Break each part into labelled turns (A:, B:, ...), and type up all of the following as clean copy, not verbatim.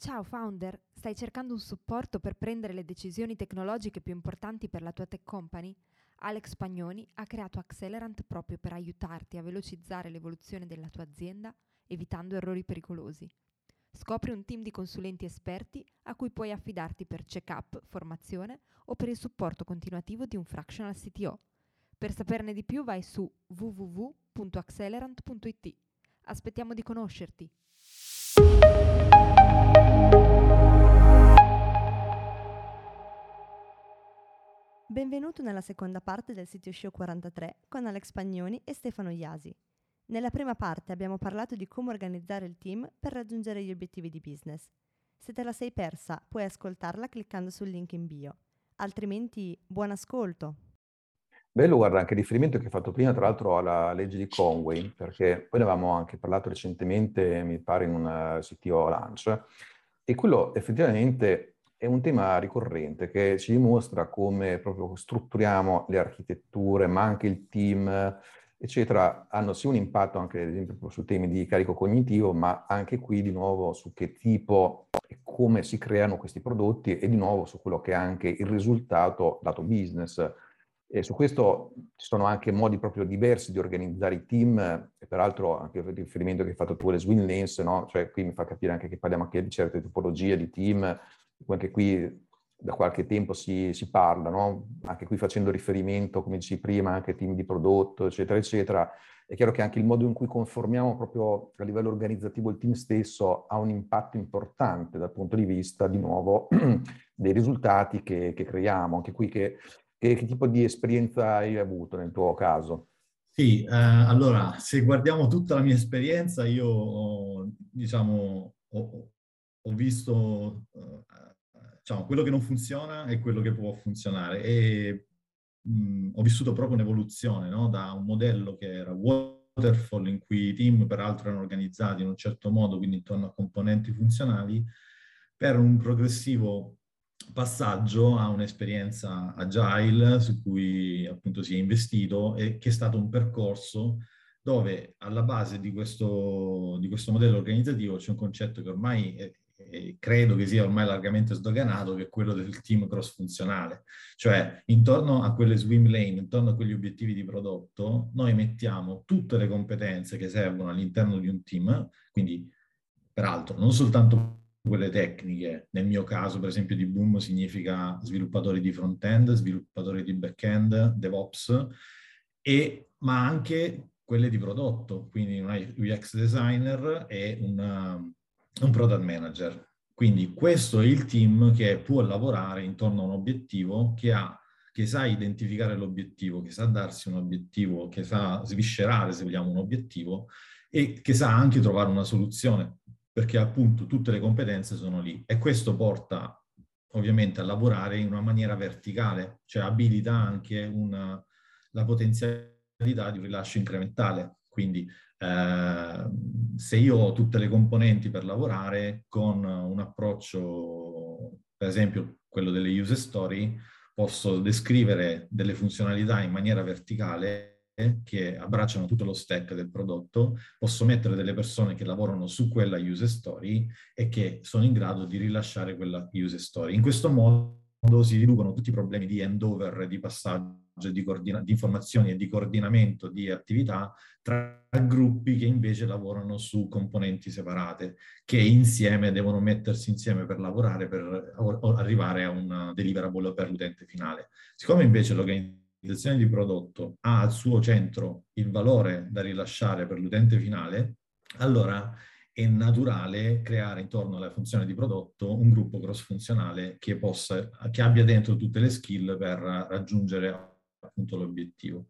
A: Ciao founder, stai cercando un supporto per prendere le decisioni tecnologiche più importanti per la tua tech company? Alex Pagnoni ha creato Accelerant proprio per aiutarti a velocizzare l'evoluzione della tua azienda, evitando errori pericolosi. Scopri un team di consulenti esperti a cui puoi affidarti per check-up, formazione o per il supporto continuativo di un fractional CTO. Per saperne di più vai su www.accelerant.it. Aspettiamo di conoscerti!
B: Benvenuto nella seconda parte del Sito Show 43 con Alex Pagnoni e Stefano Iasi. Nella prima parte abbiamo parlato di come organizzare il team per raggiungere gli obiettivi di business. Se te la sei persa, puoi ascoltarla cliccando sul link in bio. Altrimenti, buon ascolto!
C: Bello, guarda, anche il riferimento che hai fatto prima, tra l'altro, alla legge di Conway, perché poi ne avevamo anche parlato recentemente, mi pare, in un CTO Lunch, e quello effettivamente è un tema ricorrente che ci dimostra come proprio strutturiamo le architetture, ma anche il team, eccetera, hanno sì un impatto anche, ad esempio, su temi di carico cognitivo, ma anche qui di nuovo su che tipo e come si creano questi prodotti e di nuovo su quello che è anche il risultato lato business. E su questo ci sono anche modi proprio diversi di organizzare i team, e peraltro anche il riferimento che hai fatto tu alle swim lanes, no? Cioè qui mi fa capire anche che parliamo anche di certe tipologie di team, anche qui da qualche tempo si parla, no? Anche qui facendo riferimento, come dici prima, anche team di prodotto, eccetera, eccetera. È chiaro che anche il modo in cui conformiamo proprio a livello organizzativo il team stesso ha un impatto importante dal punto di vista, di nuovo, dei risultati che creiamo. Anche qui che tipo di esperienza hai avuto nel tuo caso?
D: Sì, allora, se guardiamo tutta la mia esperienza, io, diciamo, ho visto, diciamo, quello che non funziona e quello che può funzionare. E ho vissuto proprio un'evoluzione, no? Da un modello che era waterfall, in cui i team, peraltro, erano organizzati in un certo modo, quindi intorno a componenti funzionali, per un progressivo passaggio a un'esperienza agile su cui appunto si è investito e che è stato un percorso dove alla base di questo modello organizzativo c'è un concetto che ormai credo che sia ormai largamente sdoganato, che è quello del team cross-funzionale. Cioè, intorno a quelle swim lane, intorno a quegli obiettivi di prodotto, noi mettiamo tutte le competenze che servono all'interno di un team, quindi peraltro non soltanto quelle tecniche. Nel mio caso, per esempio, di Boom significa sviluppatori di front-end, sviluppatori di back-end, DevOps, ma anche quelle di prodotto, quindi un UX designer e un product manager. Quindi questo è il team che può lavorare intorno a un obiettivo, che sa identificare l'obiettivo, che sa darsi un obiettivo, che sa sviscerare, se vogliamo, un obiettivo e che sa anche trovare una soluzione, perché appunto tutte le competenze sono lì. E questo porta ovviamente a lavorare in una maniera verticale, cioè abilita anche la potenzialità di un rilascio incrementale. Quindi se io ho tutte le componenti per lavorare con un approccio, per esempio quello delle user story, posso descrivere delle funzionalità in maniera verticale che abbracciano tutto lo stack del prodotto, posso mettere delle persone che lavorano su quella user story e che sono in grado di rilasciare quella user story. In questo modo si riducono tutti i problemi di handover, di passaggio, di informazioni e di coordinamento di attività tra gruppi che invece lavorano su componenti separate, che insieme devono mettersi insieme per lavorare, per arrivare a un deliverable per l'utente finale. Siccome invece l'organizzazione di prodotto ha al suo centro il valore da rilasciare per l'utente finale, allora è naturale creare intorno alla funzione di prodotto un gruppo cross-funzionale che abbia dentro tutte le skill per raggiungere appunto l'obiettivo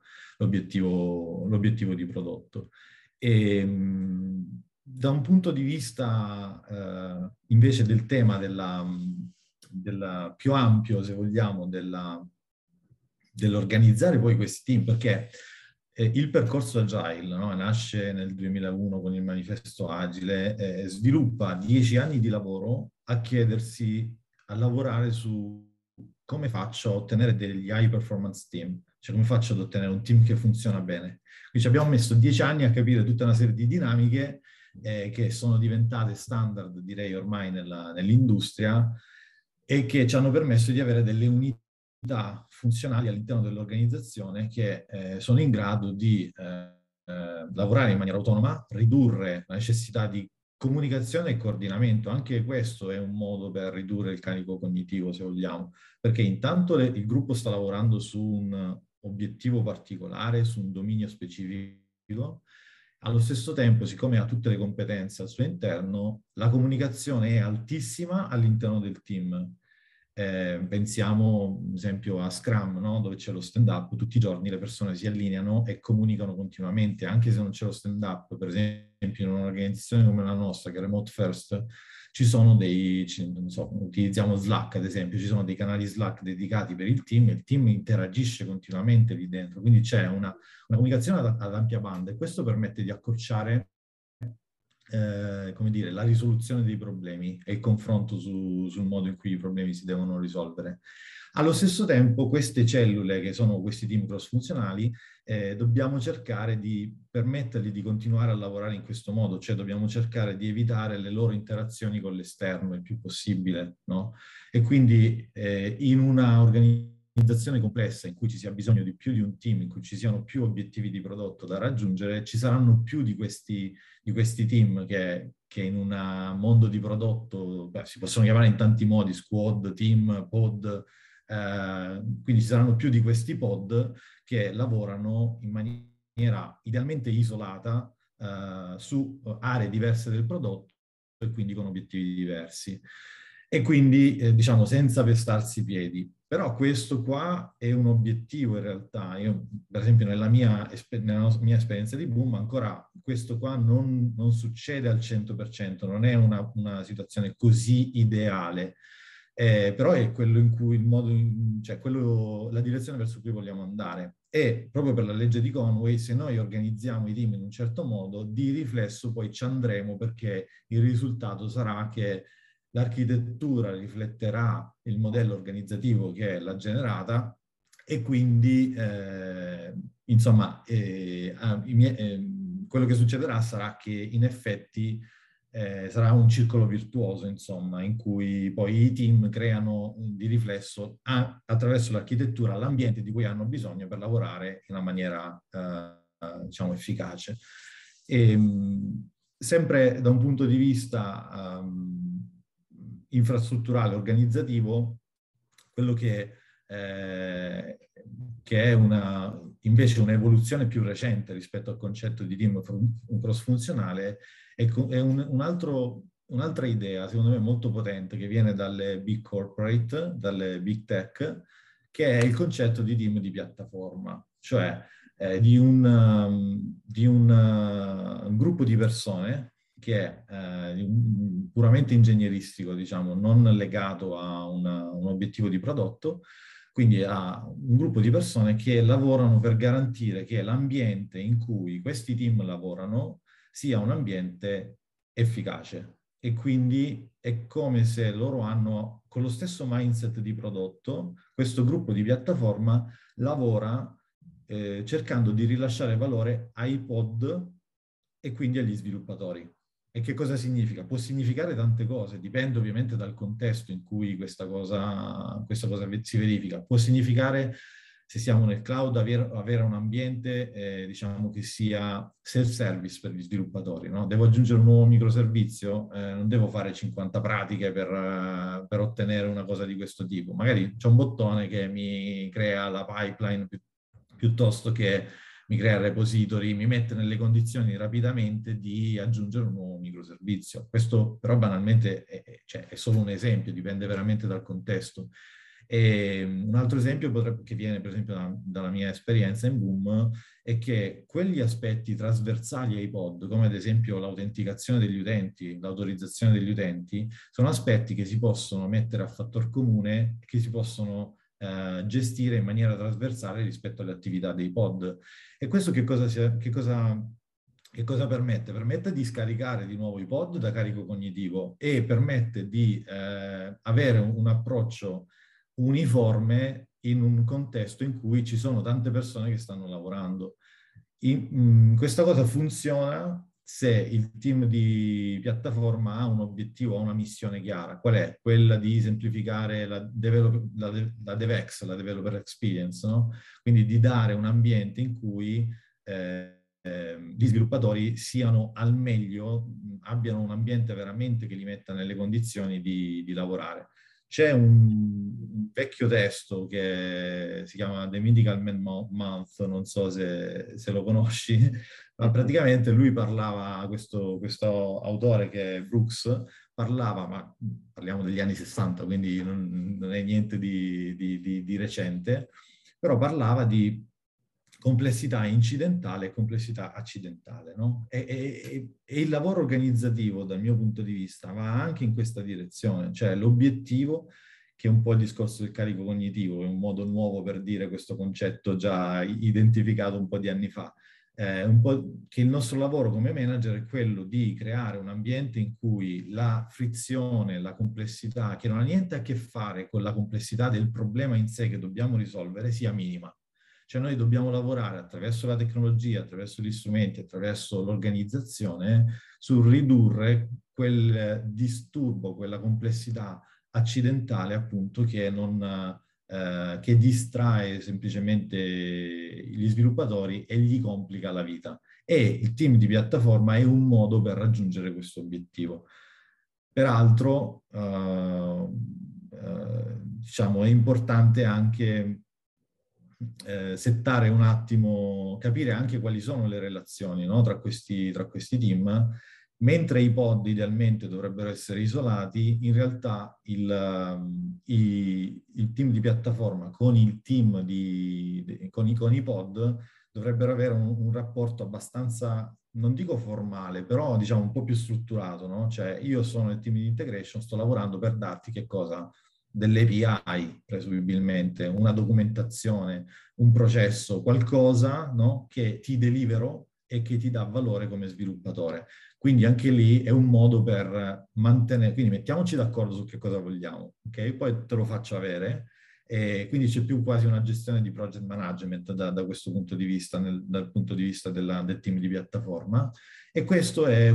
D: di prodotto. E, da un punto di vista invece del tema della più ampio, se vogliamo, dell'organizzare poi questi team, perché il percorso Agile, no? Nasce nel 2001 con il manifesto Agile, sviluppa 10 anni di lavoro a chiedersi, a lavorare su come faccio a ottenere degli high performance team, cioè come faccio ad ottenere un team che funziona bene. Quindi ci abbiamo messo 10 anni a capire tutta una serie di dinamiche che sono diventate standard, direi ormai nell'industria, e che ci hanno permesso di avere delle unità funzionali all'interno dell'organizzazione che sono in grado di lavorare in maniera autonoma, ridurre la necessità di comunicazione e coordinamento. Anche questo è un modo per ridurre il carico cognitivo, se vogliamo, perché intanto il gruppo sta lavorando su un obiettivo particolare, su un dominio specifico. Allo stesso tempo, siccome ha tutte le competenze al suo interno, la comunicazione è altissima all'interno del team. Pensiamo, ad esempio, a Scrum, no? Dove c'è lo stand-up, tutti i giorni le persone si allineano e comunicano continuamente, anche se non c'è lo stand-up. Per esempio, in un'organizzazione come la nostra, che è Remote First, ci sono non so, utilizziamo Slack, ad esempio, ci sono dei canali Slack dedicati per il team interagisce continuamente lì dentro, quindi c'è una comunicazione ad ampia banda, e questo permette di accorciare come dire, la risoluzione dei problemi e il confronto sul modo in cui i problemi si devono risolvere. Allo stesso tempo, queste cellule, che sono questi team cross-funzionali, dobbiamo cercare di permettergli di continuare a lavorare in questo modo, cioè dobbiamo cercare di evitare le loro interazioni con l'esterno il più possibile, no? E quindi in una organizzazione complessa in cui ci sia bisogno di più di un team, in cui ci siano più obiettivi di prodotto da raggiungere, ci saranno più di questi team che in un mondo di prodotto si possono chiamare in tanti modi: squad, team, pod, quindi ci saranno più di questi pod che lavorano in maniera idealmente isolata su aree diverse del prodotto e quindi con obiettivi diversi. E quindi, diciamo, senza pestarsi i piedi. Però questo qua è un obiettivo in realtà. Io, per esempio, nella mia esperienza di Boom, ancora questo qua non succede al 100%, non è una situazione così ideale. Però è quello in cui la direzione verso cui vogliamo andare. E proprio per la legge di Conway, se noi organizziamo i team in un certo modo, di riflesso poi ci andremo, perché il risultato sarà che l'architettura rifletterà il modello organizzativo che l'ha generata, e quindi, insomma, quello che succederà sarà che in effetti sarà un circolo virtuoso, insomma, in cui poi i team creano di riflesso attraverso l'architettura l'ambiente di cui hanno bisogno per lavorare in una maniera, diciamo, efficace. E, sempre da un punto di vista infrastrutturale, organizzativo, quello che è invece un'evoluzione più recente rispetto al concetto di team cross-funzionale è un'altra idea, secondo me molto potente, che viene dalle big corporate, dalle big tech, che è il concetto di team di piattaforma, cioè di un gruppo di persone che è puramente ingegneristico, diciamo, non legato a un obiettivo di prodotto, quindi a un gruppo di persone che lavorano per garantire che l'ambiente in cui questi team lavorano sia un ambiente efficace. E quindi è come se loro hanno, con lo stesso mindset di prodotto, questo gruppo di piattaforma lavora cercando di rilasciare valore ai pod e quindi agli sviluppatori. E che cosa significa? Può significare tante cose, dipende ovviamente dal contesto in cui questa cosa si verifica. Può significare, se siamo nel cloud, avere un ambiente diciamo che sia self-service per gli sviluppatori, no? Devo aggiungere un nuovo microservizio, non devo fare 50 pratiche per ottenere una cosa di questo tipo. Magari c'è un bottone che mi crea la pipeline piuttosto che mi crea il repository, mi mette nelle condizioni rapidamente di aggiungere un nuovo microservizio. Questo però banalmente è solo un esempio, dipende veramente dal contesto. E un altro esempio che viene per esempio dalla mia esperienza in Boom è che quegli aspetti trasversali ai pod, come ad esempio l'autenticazione degli utenti, l'autorizzazione degli utenti, sono aspetti che si possono mettere a fattor comune, che si possono gestire in maniera trasversale rispetto alle attività dei pod. E questo che cosa permette? Permette di scaricare di nuovo i pod da carico cognitivo e permette di avere un approccio uniforme in un contesto in cui ci sono tante persone che stanno lavorando. Questa cosa funziona se il team di piattaforma ha un obiettivo, ha una missione chiara. Qual è? Quella di semplificare la DevEx, la Developer Experience, no? Quindi di dare un ambiente in cui gli sviluppatori siano al meglio, abbiano un ambiente veramente che li metta nelle condizioni di lavorare. C'è un vecchio testo che si chiama The Mythical Man Month, non so se lo conosci, ma praticamente lui parlava, questo autore che è Brooks, parlava, ma parliamo degli anni 60, quindi non è niente di recente, però parlava di complessità incidentale e complessità accidentale, no? E il lavoro organizzativo, dal mio punto di vista, va anche in questa direzione, cioè l'obiettivo, che è un po' il discorso del carico cognitivo, è un modo nuovo per dire questo concetto già identificato un po' di anni fa, un po' che il nostro lavoro come manager è quello di creare un ambiente in cui la frizione, la complessità, che non ha niente a che fare con la complessità del problema in sé che dobbiamo risolvere, sia minima. Cioè noi dobbiamo lavorare attraverso la tecnologia, attraverso gli strumenti, attraverso l'organizzazione, su ridurre quel disturbo, quella complessità accidentale appunto che distrae semplicemente gli sviluppatori e gli complica la vita. E il team di piattaforma è un modo per raggiungere questo obiettivo. Peraltro, diciamo, è importante anche settare un attimo, capire anche quali sono le relazioni, no, tra questi team. Mentre i pod idealmente dovrebbero essere isolati, in realtà il team di piattaforma con il team con i pod dovrebbero avere un rapporto abbastanza, non dico formale, però diciamo un po' più strutturato, no? Cioè io sono il team di integration, sto lavorando per darti che cosa? Delle API, presumibilmente, una documentazione, un processo, qualcosa, no? Che ti delivero e che ti dà valore come sviluppatore. Quindi anche lì è un modo per mantenere, quindi mettiamoci d'accordo su che cosa vogliamo, ok? Poi te lo faccio avere. E quindi c'è più quasi una gestione di project management da questo punto di vista, dal punto di vista del team di piattaforma. E questo è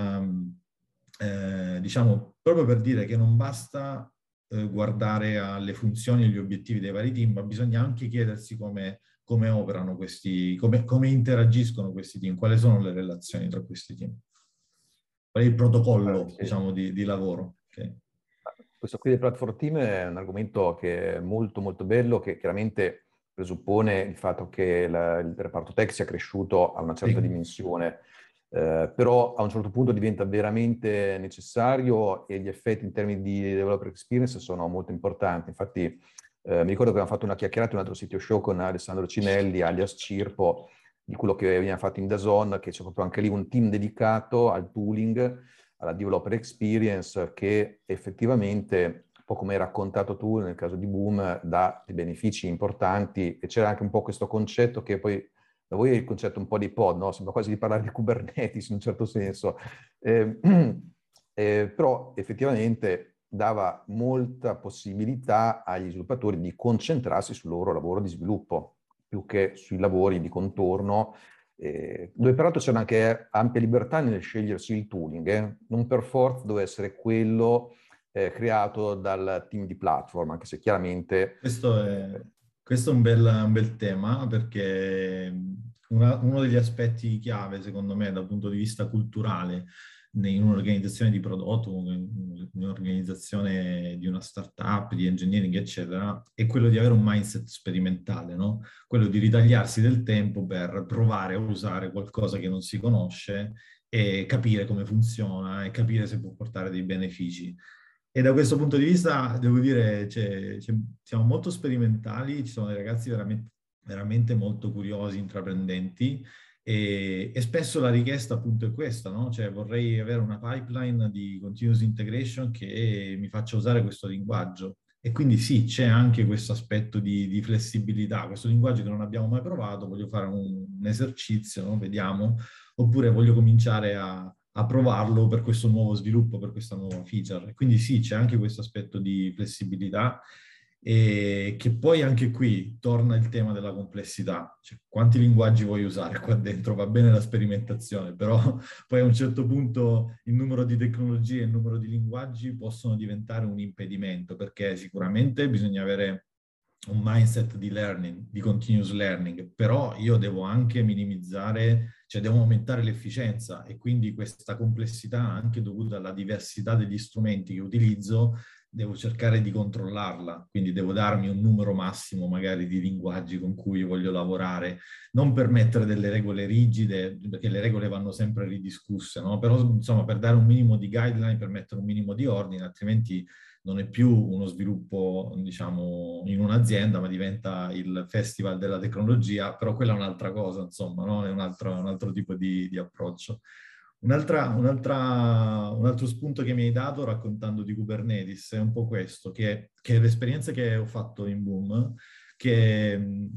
D: diciamo, proprio per dire che non basta guardare alle funzioni e agli obiettivi dei vari team, ma bisogna anche chiedersi come operano questi, come interagiscono questi team, quali sono le relazioni tra questi team. Qual è il protocollo,
C: Sì.
D: diciamo, di lavoro? Okay.
C: Questo qui del platform team è un argomento che è molto molto bello, che chiaramente presuppone il fatto che il reparto tech sia cresciuto a una certa dimensione, però a un certo punto diventa veramente necessario e gli effetti in termini di developer experience sono molto importanti. Infatti mi ricordo che abbiamo fatto una chiacchierata in un altro sito show con Alessandro Cinelli, alias Cirpo, di quello che veniva fatto in DAZN, che c'è proprio anche lì un team dedicato al tooling, alla developer experience, che effettivamente, un po' come hai raccontato tu nel caso di Boom, dà dei benefici importanti. E c'era anche un po' questo concetto che poi, da voi è il concetto un po' dei pod, no? Sembra quasi di parlare di Kubernetes in un certo senso. Però effettivamente dava molta possibilità agli sviluppatori di concentrarsi sul loro lavoro di sviluppo, più che sui lavori di contorno, dove peraltro c'era anche ampia libertà nel scegliersi il tooling, non per forza deve essere quello creato dal team di platform, anche se chiaramente...
D: Questo è un bel tema, perché uno degli aspetti chiave, secondo me, dal punto di vista culturale, in un'organizzazione di prodotto, in un'organizzazione di una startup, di engineering, eccetera, è quello di avere un mindset sperimentale, no? Quello di ritagliarsi del tempo per provare a usare qualcosa che non si conosce e capire come funziona e capire se può portare dei benefici. E da questo punto di vista, devo dire, siamo molto sperimentali, ci sono dei ragazzi veramente molto curiosi, intraprendenti, e spesso la richiesta appunto è questa, no? Cioè vorrei avere una pipeline di continuous integration che mi faccia usare questo linguaggio. E quindi sì, c'è anche questo aspetto di flessibilità, questo linguaggio che non abbiamo mai provato, voglio fare un esercizio, no? Vediamo, oppure voglio cominciare a provarlo per questo nuovo sviluppo, per questa nuova feature. Quindi sì, c'è anche questo aspetto di flessibilità e che poi anche qui torna il tema della complessità, cioè quanti linguaggi vuoi usare qua dentro, va bene la sperimentazione, però poi a un certo punto il numero di tecnologie e il numero di linguaggi possono diventare un impedimento, perché sicuramente bisogna avere un mindset di learning, di continuous learning, però io devo anche minimizzare, cioè devo aumentare l'efficienza e quindi questa complessità, anche dovuta alla diversità degli strumenti che utilizzo, devo cercare di controllarla, quindi devo darmi un numero massimo magari di linguaggi con cui voglio lavorare, non per mettere delle regole rigide, perché le regole vanno sempre ridiscusse, no? Però insomma per dare un minimo di guideline, per mettere un minimo di ordine, altrimenti non è più uno sviluppo, diciamo, in un'azienda, ma diventa il festival della tecnologia, però quella è un'altra cosa, insomma, no? È un altro tipo di approccio. Un altro spunto che mi hai dato raccontando di Kubernetes è un po' questo, che è l'esperienza che ho fatto in Boom, che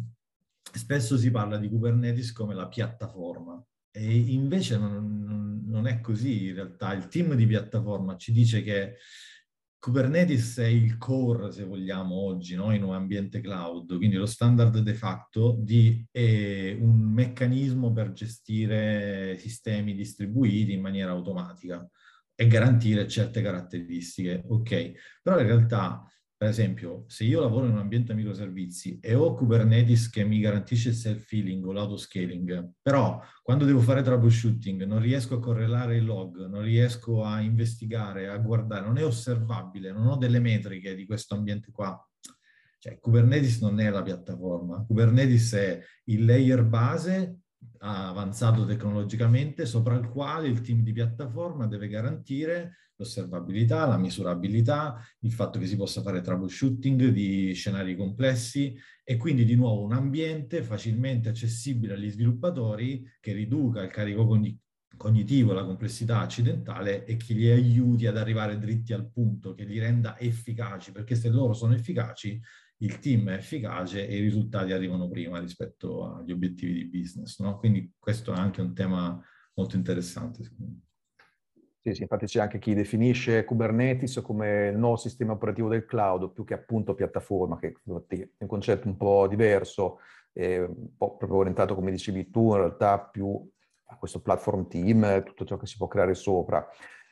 D: spesso si parla di Kubernetes come la piattaforma, e invece non è così in realtà. Il team di piattaforma ci dice che Kubernetes è il core, se vogliamo, oggi, no? In un ambiente cloud, quindi lo standard de facto di un meccanismo per gestire sistemi distribuiti in maniera automatica e garantire certe caratteristiche. Ok, però in realtà, per esempio, se io lavoro in un ambiente microservizi e ho Kubernetes che mi garantisce il self-healing o l'autoscaling, però quando devo fare troubleshooting non riesco a correlare il log, non riesco a investigare, a guardare, non è osservabile, non ho delle metriche di questo ambiente qua. Cioè, Kubernetes non è la piattaforma, Kubernetes è il layer base avanzato tecnologicamente sopra il quale il team di piattaforma deve garantire l'osservabilità, la misurabilità, il fatto che si possa fare troubleshooting di scenari complessi e quindi di nuovo un ambiente facilmente accessibile agli sviluppatori che riduca il carico cognitivo, la complessità accidentale e che li aiuti ad arrivare dritti al punto, che li renda efficaci, perché se loro sono efficaci il team è efficace e i risultati arrivano prima rispetto agli obiettivi di business, no? Quindi questo è anche un tema molto interessante, secondo me.
C: Sì, sì, infatti c'è anche chi definisce Kubernetes come il nuovo sistema operativo del cloud, più che appunto piattaforma, che infatti è un concetto un po' diverso, un po' proprio orientato, come dicevi tu, in realtà più a questo platform team, tutto ciò che si può creare sopra.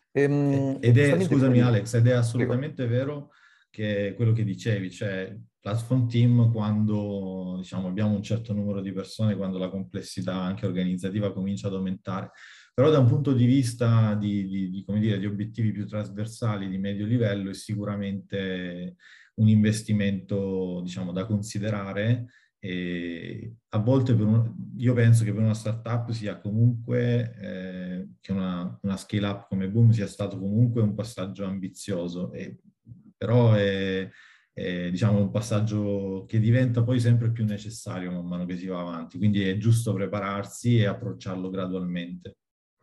C: E
D: Ed è,
C: giustamente
D: scusami
C: poi...
D: Alex, ed è
C: Prego.
D: assolutamente vero che quello che dicevi, cioè platform team quando diciamo, abbiamo un certo numero di persone, quando la complessità anche organizzativa comincia ad aumentare, però da un punto di vista come dire, di obiettivi più trasversali di medio livello è sicuramente un investimento diciamo, da considerare. E a volte io penso che per una startup sia comunque, che una scale up come Boom sia stato comunque un passaggio ambizioso, però è, diciamo un passaggio che diventa poi sempre più necessario man mano che si va avanti, quindi è giusto prepararsi e approcciarlo gradualmente.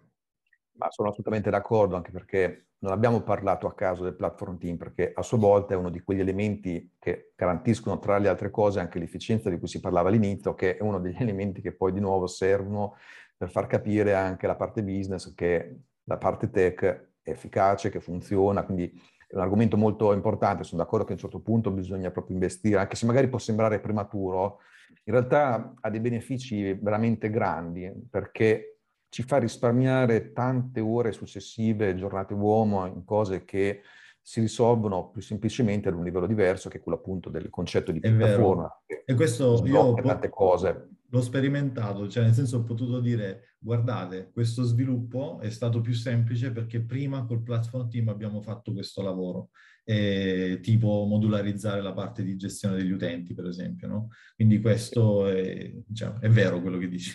C: Ma sono assolutamente d'accordo, anche perché non abbiamo parlato a caso del platform team, perché a sua volta è uno di quegli elementi che garantiscono, tra le altre cose, anche l'efficienza di cui si parlava all'inizio, che è uno degli elementi che poi di nuovo servono per far capire anche la parte business che la parte tech è efficace, che funziona, quindi è un argomento molto importante. Sono d'accordo che a un certo punto bisogna proprio investire, anche se magari può sembrare prematuro, in realtà ha dei benefici veramente grandi, perché ci fa risparmiare tante ore successive, giornate uomo, in cose che si risolvono più semplicemente ad un livello diverso, che è quello appunto del concetto di
D: È vero.
C: piattaforma, che
D: E questo io
C: sblocca tante cose.
D: l'ho sperimentato, cioè nel senso ho potuto dire, guardate, questo sviluppo è stato più semplice perché prima col platform team abbiamo fatto questo lavoro, tipo modularizzare la parte di gestione degli utenti, per esempio, no? Quindi questo è, diciamo, è vero quello che dici.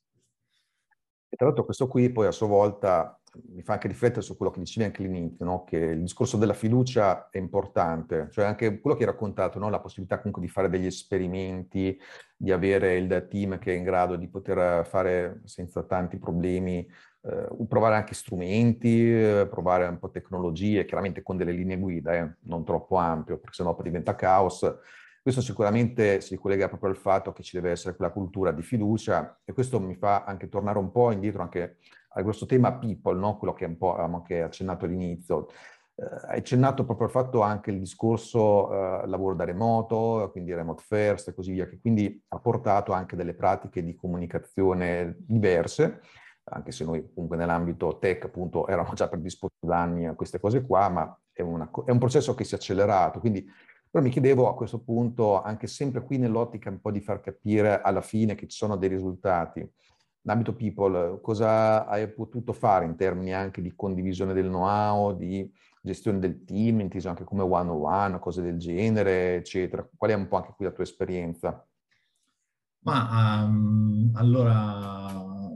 C: E tra l'altro questo qui poi a sua volta mi fa anche riflettere su quello che dicevi anche all'inizio, no? Che il discorso della fiducia è importante, cioè anche quello che hai raccontato, no? La possibilità comunque di fare degli esperimenti, di avere il team che è in grado di poter fare senza tanti problemi, provare anche strumenti, provare un po' tecnologie, chiaramente con delle linee guida, non troppo ampio, perché sennò poi diventa caos. Questo sicuramente si collega proprio al fatto che ci deve essere quella cultura di fiducia, e questo mi fa anche tornare un po' indietro anche a questo tema people, no? Quello che un po' avevamo anche accennato all'inizio. Hai accennato proprio al fatto anche il discorso lavoro da remoto, quindi remote first e così via, che quindi ha portato anche delle pratiche di comunicazione diverse, anche se noi comunque nell'ambito tech appunto eravamo già predisposti da anni a queste cose qua, ma è un processo che si è accelerato. Quindi, però mi chiedevo a questo punto, anche sempre qui nell'ottica un po' di far capire alla fine che ci sono dei risultati, in ambito people, cosa hai potuto fare in termini anche di condivisione del know-how, di gestione del team, inteso anche come one-on-one, cose del genere, eccetera. Qual è un po' anche qui la tua esperienza?
D: Ma allora,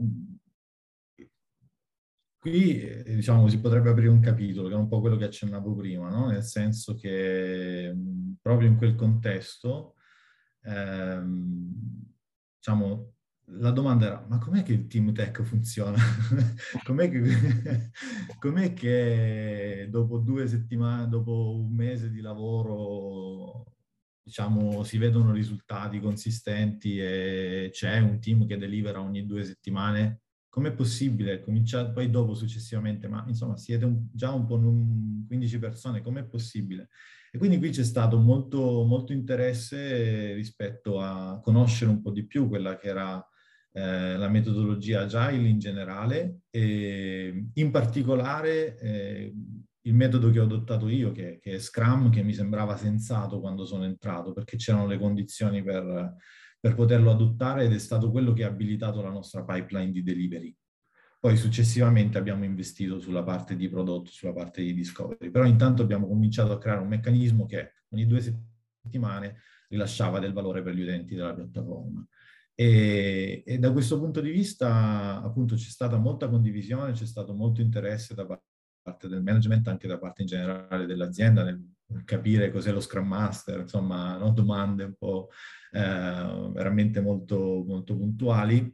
D: qui diciamo si potrebbe aprire un capitolo, che è un po' quello che accennavo prima, no? Nel senso che proprio in quel contesto, diciamo, la domanda era: ma com'è che il team tech funziona? Com'è che dopo 2 settimane, dopo un mese di lavoro, diciamo, si vedono risultati consistenti e c'è un team che delivera ogni 2 settimane? Com'è possibile? Cominciare poi dopo successivamente, ma insomma siete già un po' 15 persone, com'è possibile? E quindi qui c'è stato molto, molto interesse rispetto a conoscere un po' di più quella che era la metodologia Agile in generale e in particolare il metodo che ho adottato io, che è Scrum, che mi sembrava sensato quando sono entrato, perché c'erano le condizioni per poterlo adottare ed è stato quello che ha abilitato la nostra pipeline di delivery. Poi successivamente abbiamo investito sulla parte di prodotto, sulla parte di discovery, però intanto abbiamo cominciato a creare un meccanismo che ogni 2 settimane rilasciava del valore per gli utenti della piattaforma. E da questo punto di vista, appunto, c'è stata molta condivisione, c'è stato molto interesse da parte del management, anche da parte in generale dell'azienda, nel capire cos'è lo Scrum Master, insomma, no? Domande un po' veramente molto, molto puntuali.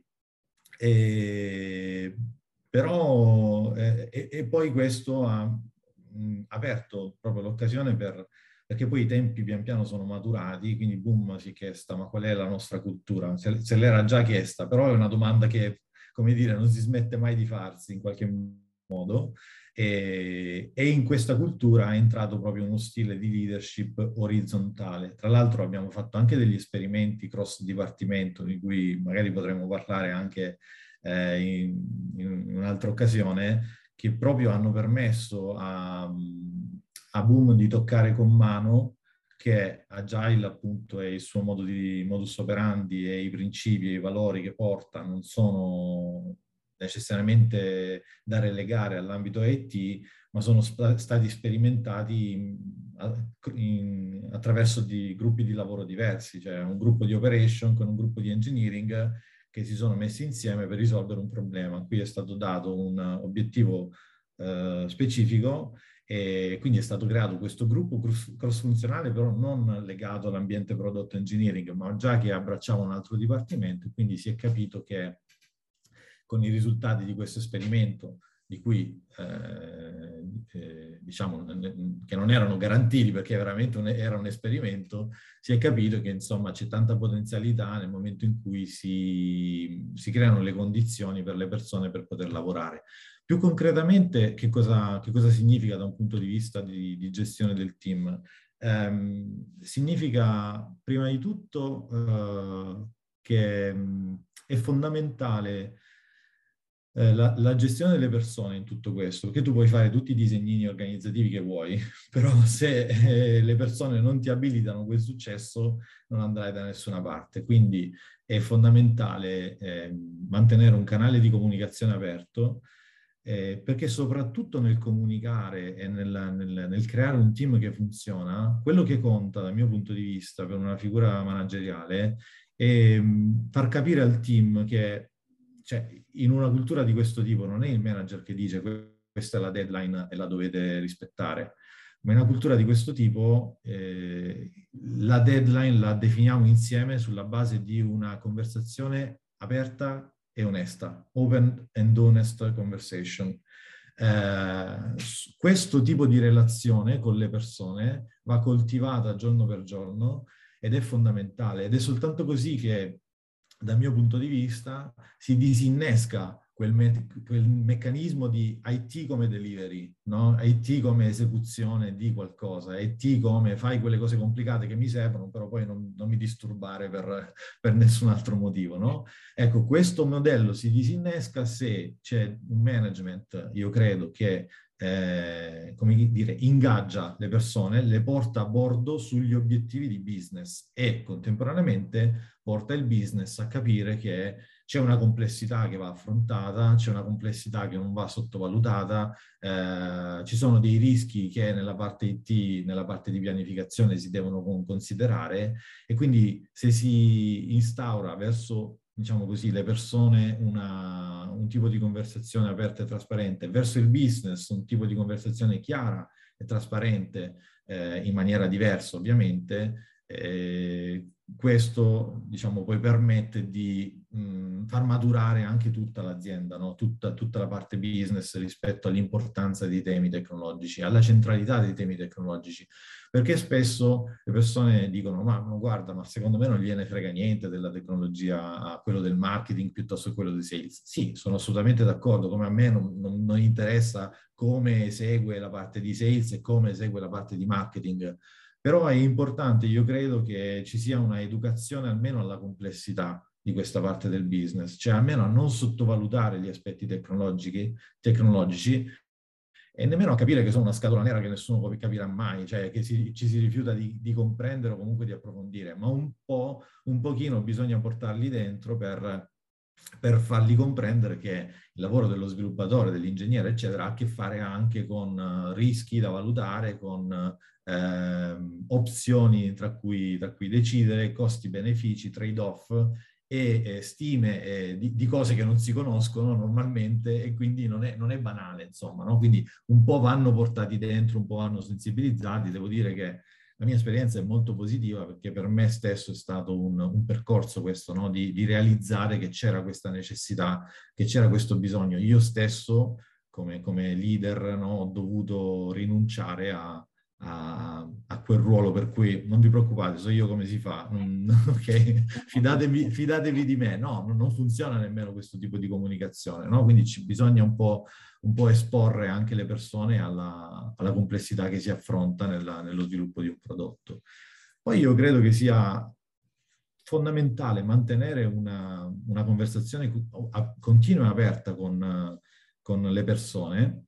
D: Però, e poi questo ha aperto proprio l'occasione perché poi i tempi pian piano sono maturati, quindi boom, si è chiesta: ma qual è la nostra cultura? Se l'era già chiesta, però è una domanda che, come dire, non si smette mai di farsi in qualche modo. E in questa cultura è entrato proprio uno stile di leadership orizzontale. Tra l'altro abbiamo fatto anche degli esperimenti cross dipartimento, di cui magari potremmo parlare anche in un'altra occasione, che proprio hanno permesso a Boom di toccare con mano che Agile appunto è il suo modus operandi e i principi e i valori che porta non sono necessariamente da relegare all'ambito IT, ma sono stati sperimentati attraverso gruppi di lavoro diversi, cioè un gruppo di operation con un gruppo di engineering che si sono messi insieme per risolvere un problema. Qui è stato dato un obiettivo specifico e quindi è stato creato questo gruppo cross-funzionale, però non legato all'ambiente prodotto engineering, ma già che abbracciava un altro dipartimento. Quindi si è capito che con i risultati di questo esperimento, di cui diciamo che non erano garantiti perché veramente era un esperimento, si è capito che insomma c'è tanta potenzialità nel momento in cui si creano le condizioni per le persone per poter lavorare. Più concretamente, che cosa significa da un punto di vista di gestione del team? Significa prima di tutto che è fondamentale la gestione delle persone in tutto questo, perché tu puoi fare tutti i disegnini organizzativi che vuoi, però se le persone non ti abilitano quel successo non andrai da nessuna parte. Quindi è fondamentale mantenere un canale di comunicazione aperto, perché soprattutto nel comunicare e nel creare un team che funziona, quello che conta dal mio punto di vista per una figura manageriale è far capire al team che, cioè, in una cultura di questo tipo non è il manager che dice questa è la deadline e la dovete rispettare, ma in una cultura di questo tipo la deadline la definiamo insieme sulla base di una conversazione aperta e onesta, open and honest conversation. Questo tipo di relazione con le persone va coltivata giorno per giorno ed è fondamentale, ed è soltanto così che dal mio punto di vista si disinnesca quel meccanismo di IT come delivery, no? IT come esecuzione di qualcosa, IT come fai quelle cose complicate che mi servono, però poi non mi disturbare per nessun altro motivo, no? Ecco, questo modello si disinnesca se c'è un management, io credo, che come dire, ingaggia le persone, le porta a bordo sugli obiettivi di business e contemporaneamente porta il business a capire che c'è una complessità che va affrontata, c'è una complessità che non va sottovalutata, ci sono dei rischi che nella parte IT, nella parte di pianificazione si devono considerare, e quindi se si instaura verso, diciamo così, le persone un tipo di conversazione aperta e trasparente, verso il business un tipo di conversazione chiara e trasparente, in maniera diversa ovviamente, questo, diciamo, poi permette di far maturare anche tutta l'azienda, no? Tutta la parte business rispetto all'importanza dei temi tecnologici, alla centralità dei temi tecnologici. Perché spesso le persone dicono, ma guarda, ma secondo me non gliene frega niente della tecnologia a quello del marketing piuttosto che quello dei sales. Sì, sono assolutamente d'accordo, come a me non interessa come esegue la parte di sales e come esegue la parte di marketing. Però è importante, io credo, che ci sia una educazione almeno alla complessità di questa parte del business, cioè almeno a non sottovalutare gli aspetti tecnologici e nemmeno a capire che sono una scatola nera che nessuno capirà mai, cioè che ci si rifiuta di comprendere o comunque di approfondire, ma un pochino bisogna portarli dentro per fargli comprendere che il lavoro dello sviluppatore, dell'ingegnere, eccetera, ha a che fare anche con rischi da valutare, con opzioni tra cui decidere, costi-benefici, trade-off e stime di cose che non si conoscono normalmente, e quindi non è banale, insomma, no? Quindi un po' vanno portati dentro, un po' vanno sensibilizzati. Devo dire che la mia esperienza è molto positiva, perché per me stesso è stato un percorso questo, no? Di realizzare che c'era questa necessità, che c'era questo bisogno. Io stesso, come leader, no? Ho dovuto rinunciare a quel ruolo, per cui non vi preoccupate, so io come si fa, okay? Fidatevi di me. No, non funziona nemmeno questo tipo di comunicazione, no? Quindi bisogna un po' esporre anche le persone alla complessità che si affronta nello sviluppo di un prodotto. Poi io credo che sia fondamentale mantenere una conversazione continua e aperta con le persone,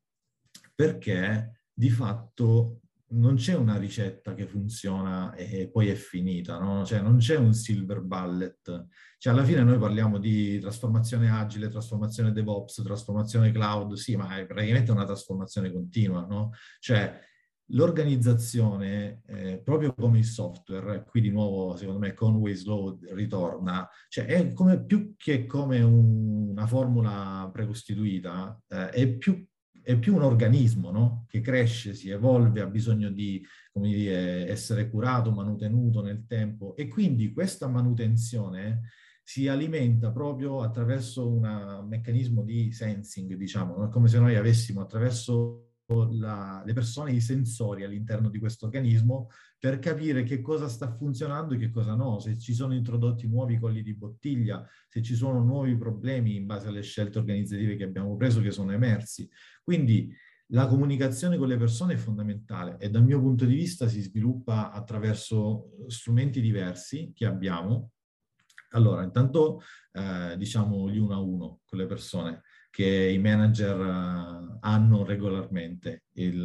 D: perché di fatto non c'è una ricetta che funziona e poi è finita, no? Cioè non c'è un silver bullet. Cioè alla fine noi parliamo di trasformazione agile, trasformazione DevOps, trasformazione cloud, sì, ma è praticamente una trasformazione continua, no? Cioè l'organizzazione, proprio come il software, qui di nuovo secondo me Conway's Law ritorna, cioè è come, più che come una formula precostituita, è più un organismo, no? Che cresce, si evolve, ha bisogno di, come dire, essere curato, manutenuto nel tempo, e quindi questa manutenzione si alimenta proprio attraverso un meccanismo di sensing, diciamo, no? È come se noi avessimo attraverso le persone i sensori all'interno di questo organismo per capire che cosa sta funzionando e che cosa no, se ci sono introdotti nuovi colli di bottiglia, se ci sono nuovi problemi in base alle scelte organizzative che abbiamo preso, che sono emersi. Quindi la comunicazione con le persone è fondamentale e dal mio punto di vista si sviluppa attraverso strumenti diversi che abbiamo. Allora, intanto diciamo gli 1 a 1 con le persone che i manager hanno regolarmente.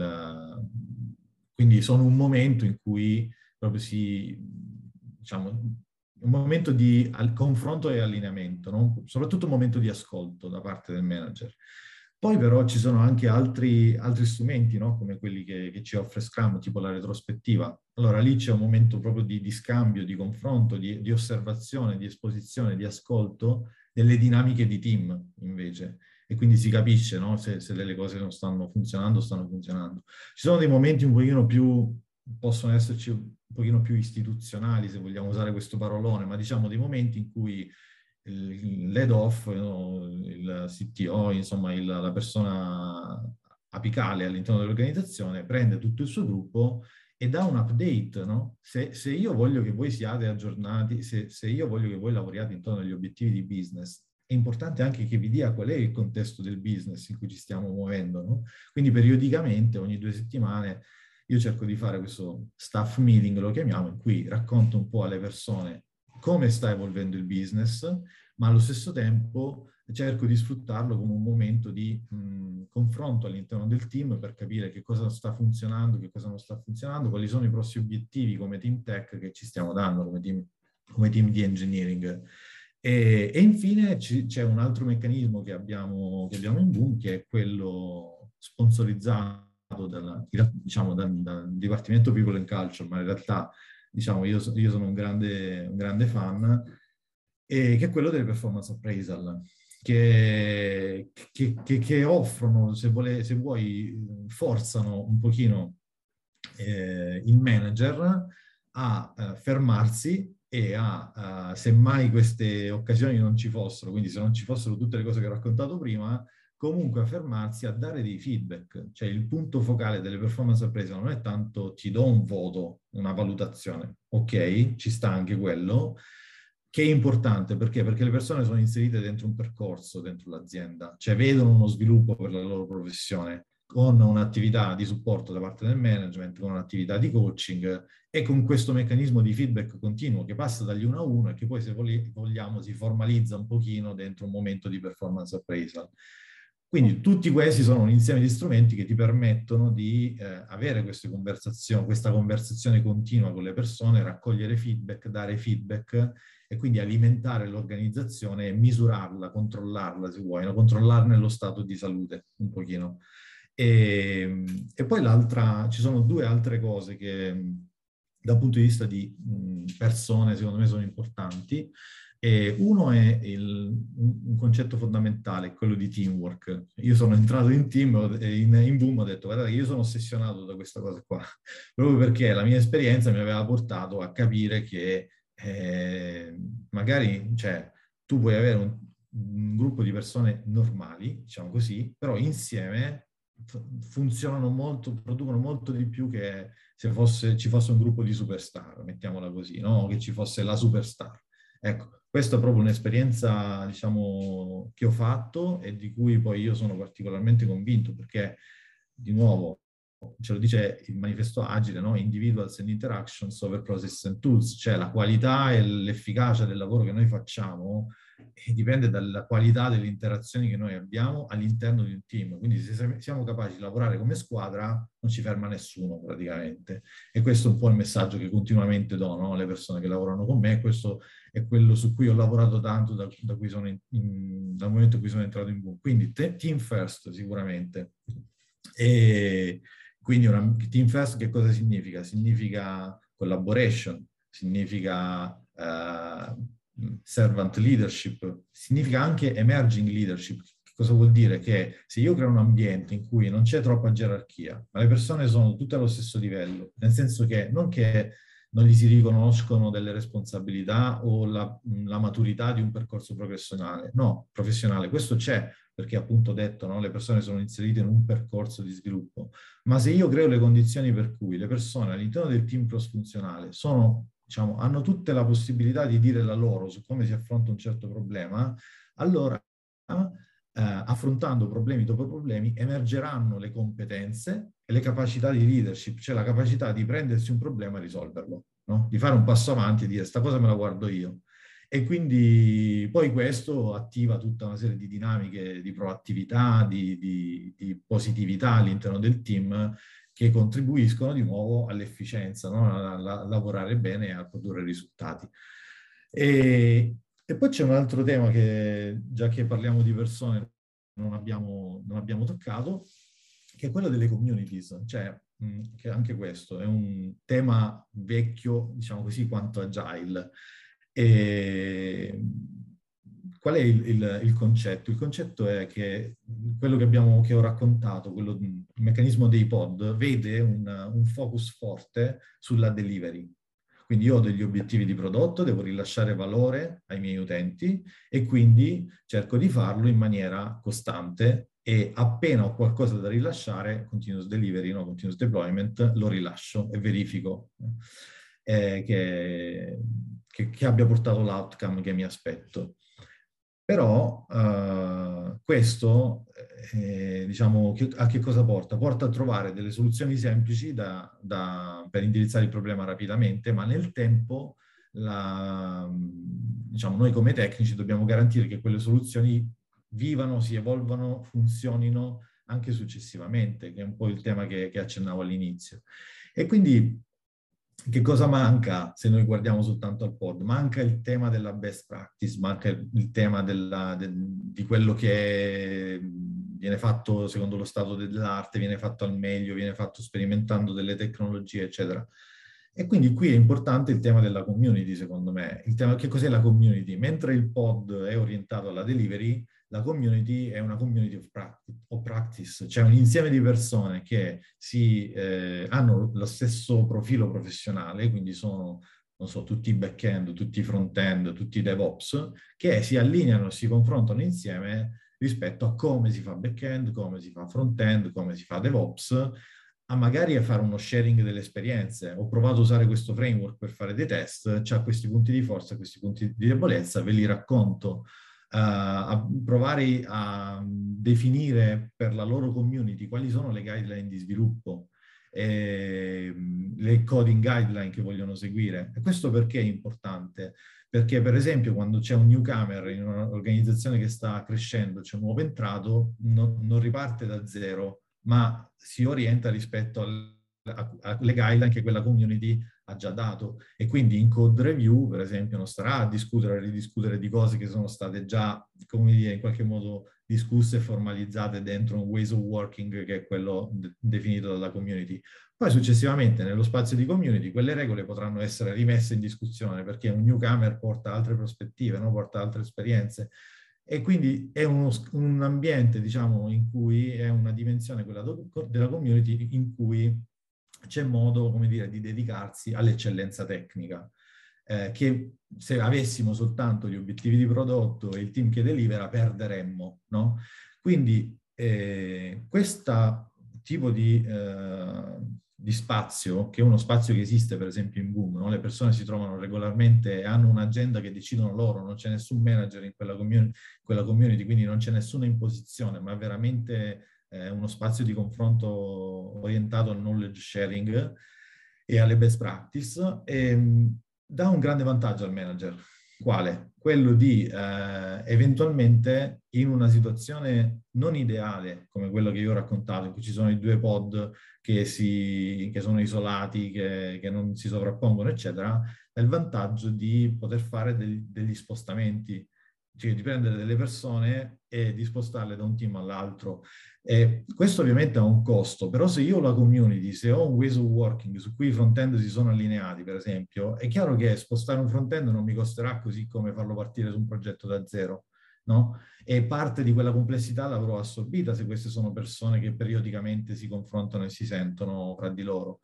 D: Quindi sono un momento in cui proprio diciamo, un momento di confronto e allineamento, no? Soprattutto un momento di ascolto da parte del manager. Poi però ci sono anche altri strumenti, no? Come quelli che ci offre Scrum, tipo la retrospettiva. Allora lì c'è un momento proprio di scambio, di confronto, di osservazione, di esposizione, di ascolto delle dinamiche di team, invece. E quindi si capisce, no? Se delle cose non stanno funzionando, stanno funzionando. Ci sono dei momenti un pochino più, possono esserci un pochino più istituzionali, se vogliamo usare questo parolone, ma diciamo dei momenti in cui l'head off, no? Il CTO, insomma la persona apicale all'interno dell'organizzazione, prende tutto il suo gruppo e dà un update, no? Se io voglio che voi siate aggiornati, se io voglio che voi lavoriate intorno agli obiettivi di business, è importante anche che vi dia qual è il contesto del business in cui ci stiamo muovendo, no? Quindi periodicamente, ogni 2 settimane, io cerco di fare questo staff meeting, lo chiamiamo, in cui racconto un po' alle persone come sta evolvendo il business, ma allo stesso tempo cerco di sfruttarlo come un momento di confronto all'interno del team per capire che cosa sta funzionando, che cosa non sta funzionando, quali sono i prossimi obiettivi come team tech che ci stiamo dando, come team di engineering. E infine c'è un altro meccanismo che abbiamo in Boom, che è quello sponsorizzato dal Dipartimento People and Culture, ma in realtà diciamo, io sono un grande fan, che è quello delle performance appraisal, che offrono, se vuoi, forzano un pochino il manager a fermarsi e se mai queste occasioni non ci fossero, quindi se non ci fossero tutte le cose che ho raccontato prima, comunque a fermarsi a dare dei feedback. Cioè il punto focale delle performance appraisal non è tanto ti do un voto, una valutazione, ok, ci sta anche quello, che è importante perché le persone sono inserite dentro un percorso, dentro l'azienda, cioè vedono uno sviluppo per la loro professione, con un'attività di supporto da parte del management, con un'attività di coaching e con questo meccanismo di feedback continuo che passa dagli 1 a 1 e che poi, se vogliamo, si formalizza un pochino dentro un momento di performance appraisal. Quindi tutti questi sono un insieme di strumenti che ti permettono di avere questa conversazione continua con le persone, raccogliere feedback, dare feedback e quindi alimentare l'organizzazione e misurarla, controllarla se vuoi, no? Controllarne lo stato di salute un pochino. E poi ci sono 2 altre cose che dal punto di vista di persone secondo me sono importanti. Uno è un concetto fondamentale, quello di teamwork. Io sono entrato in team, in Boom, ho detto guardate, io sono ossessionato da questa cosa qua, proprio perché la mia esperienza mi aveva portato a capire che magari, cioè, tu puoi avere un gruppo di persone normali, diciamo così, però insieme funzionano molto, producono molto di più che se ci fosse un gruppo di superstar, mettiamola così, no? Che ci fosse la superstar. Ecco, questa è proprio un'esperienza, diciamo, che ho fatto e di cui poi io sono particolarmente convinto, perché, di nuovo, ce lo dice il manifesto agile, no? Individuals and interactions over process and tools, cioè la qualità e l'efficacia del lavoro che noi facciamo dipende dalla qualità delle interazioni che noi abbiamo all'interno di un team. Quindi se siamo capaci di lavorare come squadra, non ci ferma nessuno praticamente. E questo è un po' il messaggio che continuamente do, no? Alle persone che lavorano con me. Questo è quello su cui ho lavorato tanto dal momento in cui sono entrato in Boom. Quindi team first sicuramente. E quindi team first che cosa significa? Significa collaboration, significa servant leadership, significa anche emerging leadership. Che cosa vuol dire? Che se io creo un ambiente in cui non c'è troppa gerarchia, ma le persone sono tutte allo stesso livello, nel senso che non gli si riconoscono delle responsabilità o la maturità di un percorso professionale. No, professionale, questo c'è, perché appunto detto, no? Le persone sono inserite in un percorso di sviluppo. Ma se io creo le condizioni per cui le persone all'interno del team cross-funzionale diciamo, hanno tutte la possibilità di dire la loro su come si affronta un certo problema, allora affrontando problemi dopo problemi emergeranno le competenze e le capacità di leadership, cioè la capacità di prendersi un problema e risolverlo, no? Di fare un passo avanti e dire sta cosa me la guardo io. E quindi poi questo attiva tutta una serie di dinamiche di proattività, di positività all'interno del team che contribuiscono di nuovo all'efficienza, no? A lavorare bene e a produrre risultati. E poi c'è un altro tema che, già che parliamo di persone, non abbiamo toccato, che è quello delle communities, cioè che anche questo è un tema vecchio, diciamo così, quanto agile. E qual è il concetto? Il concetto è che quello che ho raccontato, il meccanismo dei pod, vede un focus forte sulla delivery. Quindi io ho degli obiettivi di prodotto, devo rilasciare valore ai miei utenti e quindi cerco di farlo in maniera costante e appena ho qualcosa da rilasciare, continuous delivery, no? Continuous deployment, lo rilascio e verifico che abbia portato l'outcome che mi aspetto. Però questo, diciamo, a che cosa porta? Porta a trovare delle soluzioni semplici per indirizzare il problema rapidamente, ma nel tempo, diciamo, noi come tecnici dobbiamo garantire che quelle soluzioni vivano, si evolvano, funzionino anche successivamente, che è un po' il tema che accennavo all'inizio. E quindi che cosa manca se noi guardiamo soltanto al pod? Manca il tema della best practice, manca il tema di quello che viene fatto secondo lo stato dell'arte, viene fatto al meglio, viene fatto sperimentando delle tecnologie, eccetera. E quindi qui è importante il tema della community, secondo me. Il tema, che cos'è la community? Mentre il pod è orientato alla delivery, la community è una community of practice, cioè un insieme di persone che hanno lo stesso profilo professionale, quindi sono, non so, tutti i back-end, tutti i front-end, tutti i DevOps, che si allineano e si confrontano insieme rispetto a come si fa back-end, come si fa front-end, come si fa DevOps, a magari a fare uno sharing delle esperienze. Ho provato a usare questo framework per fare dei test, c'ha questi punti di forza, questi punti di debolezza, ve li racconto. A provare a definire per la loro community quali sono le guideline di sviluppo, le coding guideline che vogliono seguire. E questo perché è importante? Perché per esempio quando c'è un newcomer in un'organizzazione che sta crescendo, c'è un nuovo entrato, non riparte da zero, ma si orienta rispetto alle guideline che quella community ha già dato, e quindi in code review, per esempio, non starà a discutere, a ridiscutere di cose che sono state già, come dire, in qualche modo discusse e formalizzate dentro un ways of working che è quello definito dalla community. Poi successivamente nello spazio di community quelle regole potranno essere rimesse in discussione perché un newcomer porta altre prospettive, no? Porta altre esperienze. E quindi è un ambiente, diciamo, in cui è una dimensione, quella della community, in cui c'è modo, come dire, di dedicarsi all'eccellenza tecnica, che se avessimo soltanto gli obiettivi di prodotto e il team che delivera, perderemmo, no? Quindi questo tipo di spazio, che è uno spazio che esiste per esempio in Boom, no? Le persone si trovano regolarmente e hanno un'agenda che decidono loro, non c'è nessun manager in quella community, quindi non c'è nessuna imposizione, ma veramente uno spazio di confronto orientato al knowledge sharing e alle best practice, e dà un grande vantaggio al manager. Quale? Quello di eventualmente in una situazione non ideale come quello che io ho raccontato, in cui ci sono i due pod che sono isolati, che non si sovrappongono, eccetera, ha il vantaggio di poter fare degli spostamenti, cioè di prendere delle persone e di spostarle da un team all'altro. Questo ovviamente ha un costo, però se io ho la community, se ho un ways of working su cui i front-end si sono allineati, per esempio, è chiaro che spostare un front-end non mi costerà così come farlo partire su un progetto da zero, no? E parte di quella complessità l'avrò assorbita se queste sono persone che periodicamente si confrontano e si sentono fra di loro.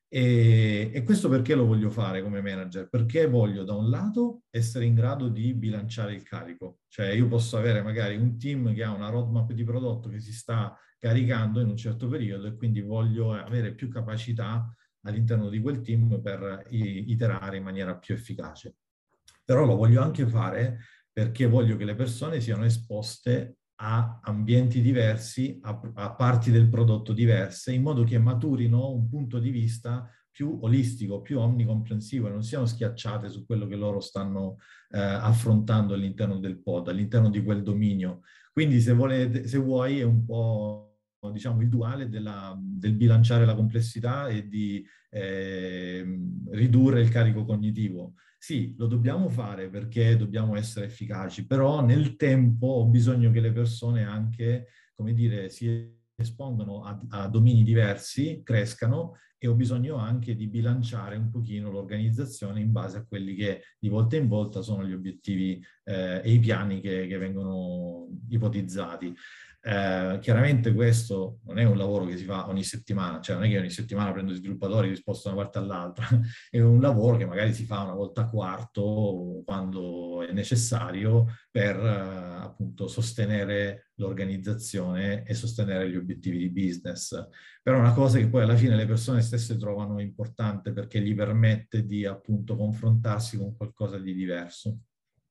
D: E questo perché lo voglio fare come manager? Perché voglio da un lato essere in grado di bilanciare il carico, cioè io posso avere magari un team che ha una roadmap di prodotto che si sta caricando in un certo periodo e quindi voglio avere più capacità all'interno di quel team per iterare in maniera più efficace. Però lo voglio anche fare perché voglio che le persone siano esposte a ambienti diversi, a parti del prodotto diverse, in modo che maturino un punto di vista più olistico, più omnicomprensivo e non siano schiacciate su quello che loro stanno affrontando all'interno del pod, all'interno di quel dominio. Quindi se vuoi è un po', diciamo, il duale del bilanciare la complessità e di ridurre il carico cognitivo. Sì, lo dobbiamo fare perché dobbiamo essere efficaci, però nel tempo ho bisogno che le persone anche, come dire, si espongono a domini diversi, crescano, e ho bisogno anche di bilanciare un pochino l'organizzazione in base a quelli che di volta in volta sono gli obiettivi e i piani che vengono ipotizzati. Chiaramente questo non è un lavoro che si fa ogni settimana, cioè non è che ogni settimana prendo gli sviluppatori e li sposto da una parte all'altra, è un lavoro che magari si fa una volta a quarto quando è necessario per appunto sostenere l'organizzazione e sostenere gli obiettivi di business. Però è una cosa che poi alla fine le persone stesse trovano importante perché gli permette di appunto confrontarsi con qualcosa di diverso.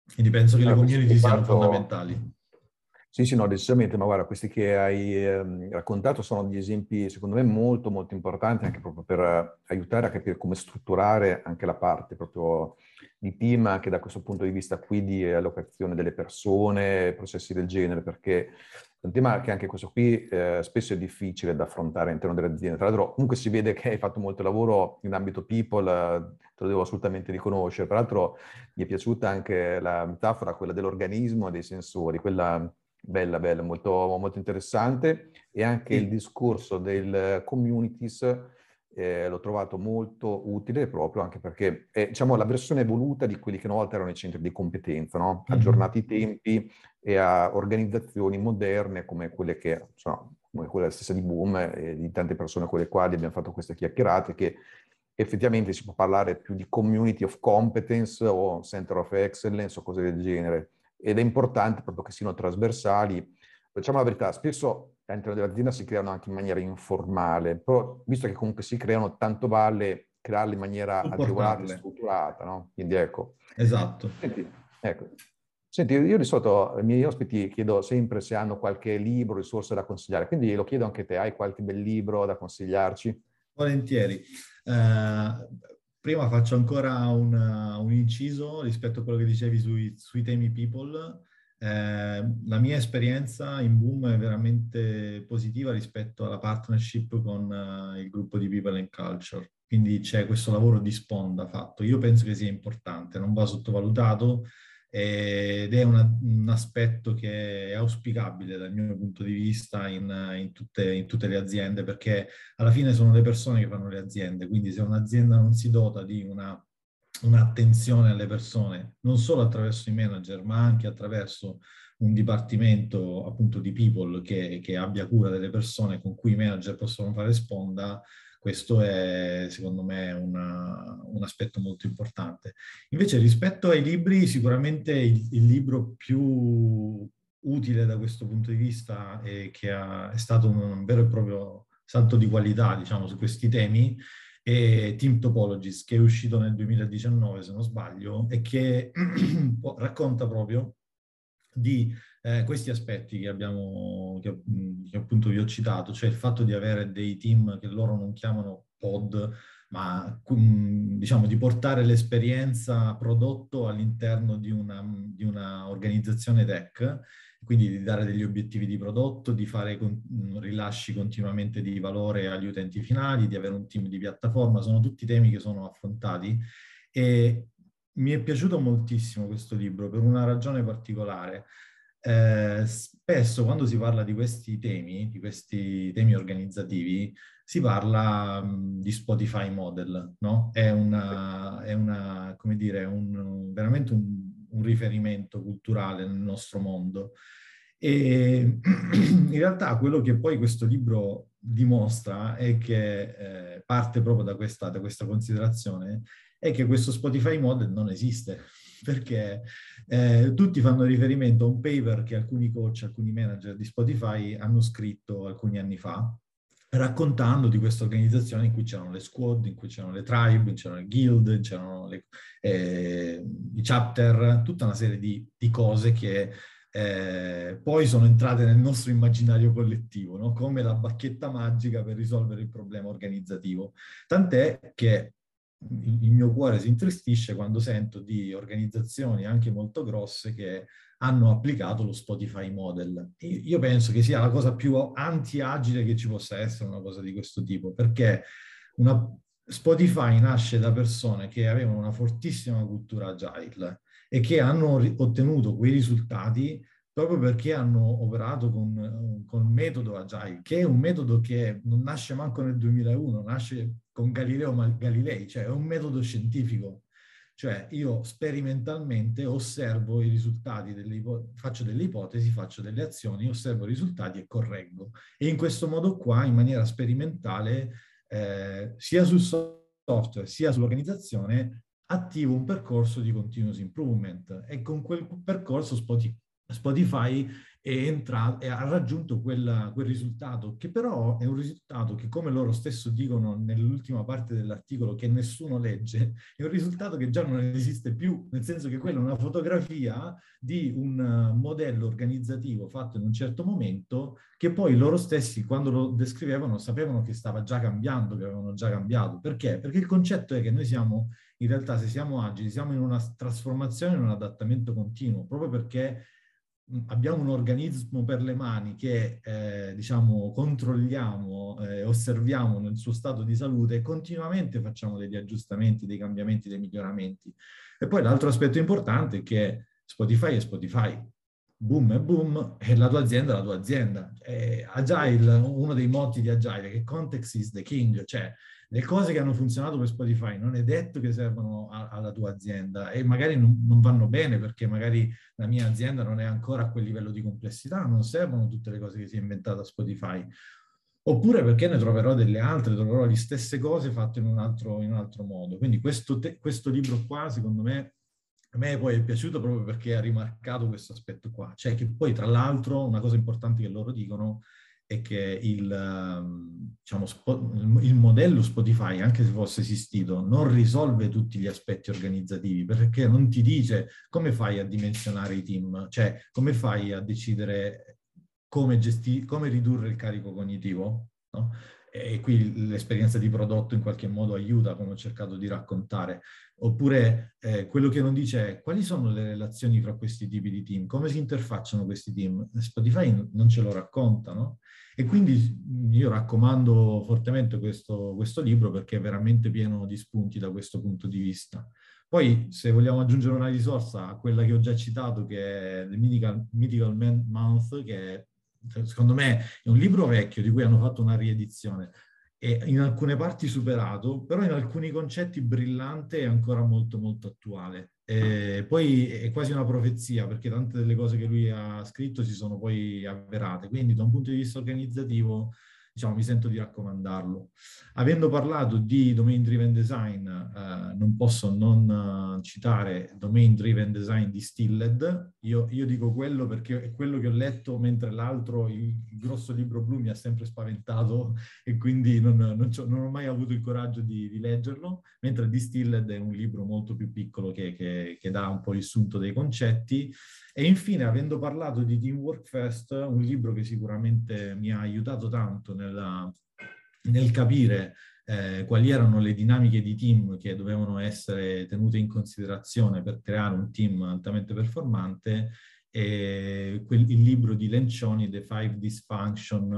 D: Quindi penso che le
C: Allora, questo
D: community siano
C: comparto,
D: fondamentali.
C: sì, sì, no, decisamente, ma guarda, questi che hai raccontato sono degli esempi, secondo me, molto, molto importanti anche proprio per aiutare a capire come strutturare anche la parte proprio di team, anche da questo punto di vista qui di allocazione delle persone, processi del genere, perché è un tema che anche questo qui spesso è difficile da affrontare all'interno delle aziende. Tra l'altro, comunque si vede che hai fatto molto lavoro in ambito people, te lo devo assolutamente riconoscere. Peraltro mi è piaciuta anche la metafora, quella dell'organismo e dei sensori, quella bella, bella, molto, molto interessante. E anche il
D: Sì.
C: discorso del communities l'ho trovato molto utile proprio anche perché è, diciamo, la versione evoluta di quelli che una volta erano i centri di competenza, no? Aggiornati i tempi e a organizzazioni moderne come quelle che, insomma, come quella stessa di Boom e di tante persone con le quali abbiamo fatto queste chiacchierate, che effettivamente si può parlare più di community of competence o center of excellence o cose del genere. Ed è importante proprio che siano trasversali. Diciamo la verità, spesso all'interno dell'azienda si creano anche in maniera informale, però visto che comunque si creano, tanto vale crearle in maniera agevolata e
D: Supportarle.
C: strutturata, no? Quindi ecco.
D: Esatto.
C: Senti, ecco. Senti, io di solito ai miei ospiti chiedo sempre se hanno qualche libro, risorsa da consigliare, quindi lo chiedo anche a te, hai qualche bel libro da consigliarci?
D: Volentieri. Prima faccio ancora un inciso rispetto a quello che dicevi sui temi people. La mia esperienza in Boom è veramente positiva rispetto alla partnership con il gruppo di People and Culture. Quindi c'è questo lavoro di sponda fatto. Io penso che sia importante, non va sottovalutato ed è un aspetto che è auspicabile dal mio punto di vista in tutte le aziende, perché alla fine sono le persone che fanno le aziende, quindi se un'azienda non si dota di un'attenzione alle persone, non solo attraverso i manager, ma anche attraverso un dipartimento appunto di people che abbia cura delle persone con cui i manager possono fare sponda, questo è secondo me un aspetto molto importante. Invece rispetto ai libri, sicuramente il libro più utile da questo punto di vista e che è stato un vero e proprio salto di qualità, diciamo, su questi temi, è Team Topologies, che è uscito nel 2019, se non sbaglio, e che racconta proprio di questi aspetti che appunto vi ho citato, cioè il fatto di avere dei team che loro non chiamano pod, ma diciamo di portare l'esperienza prodotto all'interno di una organizzazione tech, quindi di dare degli obiettivi di prodotto, di fare rilasci continuamente di valore agli utenti finali, di avere un team di piattaforma, sono tutti temi che sono affrontati e mi è piaciuto moltissimo questo libro per una ragione particolare. Spesso quando si parla di questi temi organizzativi, si parla di Spotify model, no? Come dire, veramente un riferimento culturale nel nostro mondo. E in realtà quello che poi questo libro dimostra è che parte proprio da questa considerazione, è che questo Spotify model non esiste, perché tutti fanno riferimento a un paper che alcuni coach, alcuni manager di Spotify hanno scritto alcuni anni fa, raccontando di questa organizzazione in cui c'erano le squad, in cui c'erano le tribe, c'erano le guild, c'erano i chapter, tutta una serie di cose che poi sono entrate nel nostro immaginario collettivo, no? Come la bacchetta magica per risolvere il problema organizzativo. Tant'è che il mio cuore si intristisce quando sento di organizzazioni anche molto grosse che hanno applicato lo Spotify model. Io penso che sia la cosa più anti-agile che ci possa essere, una cosa di questo tipo, perché Spotify nasce da persone che avevano una fortissima cultura agile e che hanno ottenuto quei risultati proprio perché hanno operato con il metodo agile, che è un metodo che non nasce manco nel 2001, nasce con Galileo Galilei, cioè è un metodo scientifico. Cioè io sperimentalmente osservo i risultati, faccio delle ipotesi, faccio delle azioni, osservo i risultati e correggo. E in questo modo qua, in maniera sperimentale, sia sul software sia sull'organizzazione, attivo un percorso di continuous improvement e con quel percorso Spotify e ha raggiunto quel risultato, che però è un risultato che, come loro stesso dicono nell'ultima parte dell'articolo, che nessuno legge, è un risultato che già non esiste più, nel senso che quella è una fotografia di un modello organizzativo fatto in un certo momento, che poi loro stessi, quando lo descrivevano, sapevano che stava già cambiando, che avevano già cambiato. Perché? Perché il concetto è che noi siamo, in realtà, se siamo agili, siamo in una trasformazione, in un adattamento continuo, proprio perché abbiamo un organismo per le mani che, diciamo, controlliamo, osserviamo nel suo stato di salute e continuamente facciamo degli aggiustamenti, dei cambiamenti, dei miglioramenti. E poi l'altro aspetto importante è che Spotify è Spotify, boom è boom, e la tua azienda è la tua azienda. Agile, uno dei motti di Agile è che context is the king, cioè le cose che hanno funzionato per Spotify non è detto che servono alla tua azienda e magari non vanno bene perché magari la mia azienda non è ancora a quel livello di complessità, non servono tutte le cose che si è inventata Spotify. Oppure perché ne troverò delle altre, troverò le stesse cose fatte in un altro modo. Quindi questo libro qua, secondo me, a me poi è piaciuto proprio perché ha rimarcato questo aspetto qua. Cioè che poi, tra l'altro, una cosa importante che loro dicono è che diciamo, il modello Spotify, anche se fosse esistito, non risolve tutti gli aspetti organizzativi, perché non ti dice come fai a dimensionare i team, cioè come fai a decidere come ridurre il carico cognitivo, no? E qui l'esperienza di prodotto in qualche modo aiuta, come ho cercato di raccontare. Oppure quello che non dice è quali sono le relazioni fra questi tipi di team, come si interfacciano questi team. Spotify non ce lo racconta, no? E quindi io raccomando fortemente questo libro perché è veramente pieno di spunti da questo punto di vista. Poi, se vogliamo aggiungere una risorsa a quella che ho già citato, che è The Mythical Man Month, che secondo me è un libro vecchio di cui hanno fatto una riedizione, è in alcune parti superato, però in alcuni concetti brillante e ancora molto molto attuale. E poi è quasi una profezia, perché tante delle cose che lui ha scritto si sono poi avverate. Quindi da un punto di vista organizzativo, diciamo, mi sento di raccomandarlo. Avendo parlato di domain driven design, non posso non citare domain driven design di Stilled. Io dico quello perché è quello che ho letto, mentre l'altro, il grosso libro blu, mi ha sempre spaventato e quindi non ho mai avuto il coraggio di leggerlo, mentre Distilled è un libro molto più piccolo che dà un po' il sunto dei concetti. E infine, avendo parlato di Teamwork Fest, un libro che sicuramente mi ha aiutato tanto nel capire quali erano le dinamiche di team che dovevano essere tenute in considerazione per creare un team altamente performante, il libro di Lencioni, The Five Dysfunction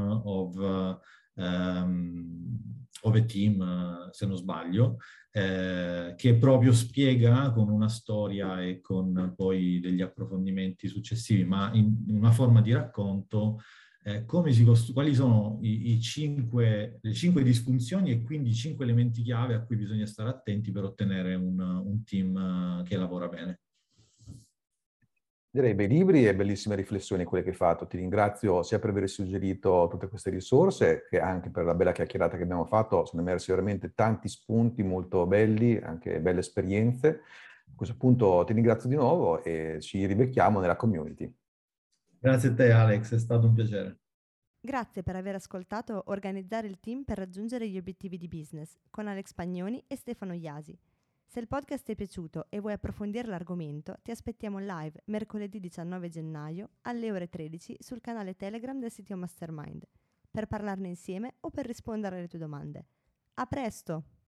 D: of a Team, se non sbaglio, che proprio spiega con una storia e con poi degli approfondimenti successivi, ma in una forma di racconto, quali sono le cinque disfunzioni e quindi i 5 elementi chiave a cui bisogna stare attenti per ottenere un team che lavora bene.
C: Direi bei libri e bellissime riflessioni quelle che hai fatto. Ti ringrazio sia per aver suggerito tutte queste risorse che anche per la bella chiacchierata che abbiamo fatto. Sono emersi veramente tanti spunti molto belli, anche belle esperienze. A questo punto ti ringrazio di nuovo e ci ribecchiamo nella community.
D: Grazie a te Alex, è stato un piacere.
B: Grazie per aver ascoltato Organizzare il team per raggiungere gli obiettivi di business con Alex Pagnoni e Stefano Iasi. Se il podcast ti è piaciuto e vuoi approfondire l'argomento, ti aspettiamo live mercoledì 19 gennaio alle ore 13 sul canale Telegram del sito Mastermind per parlarne insieme o per rispondere alle tue domande. A presto!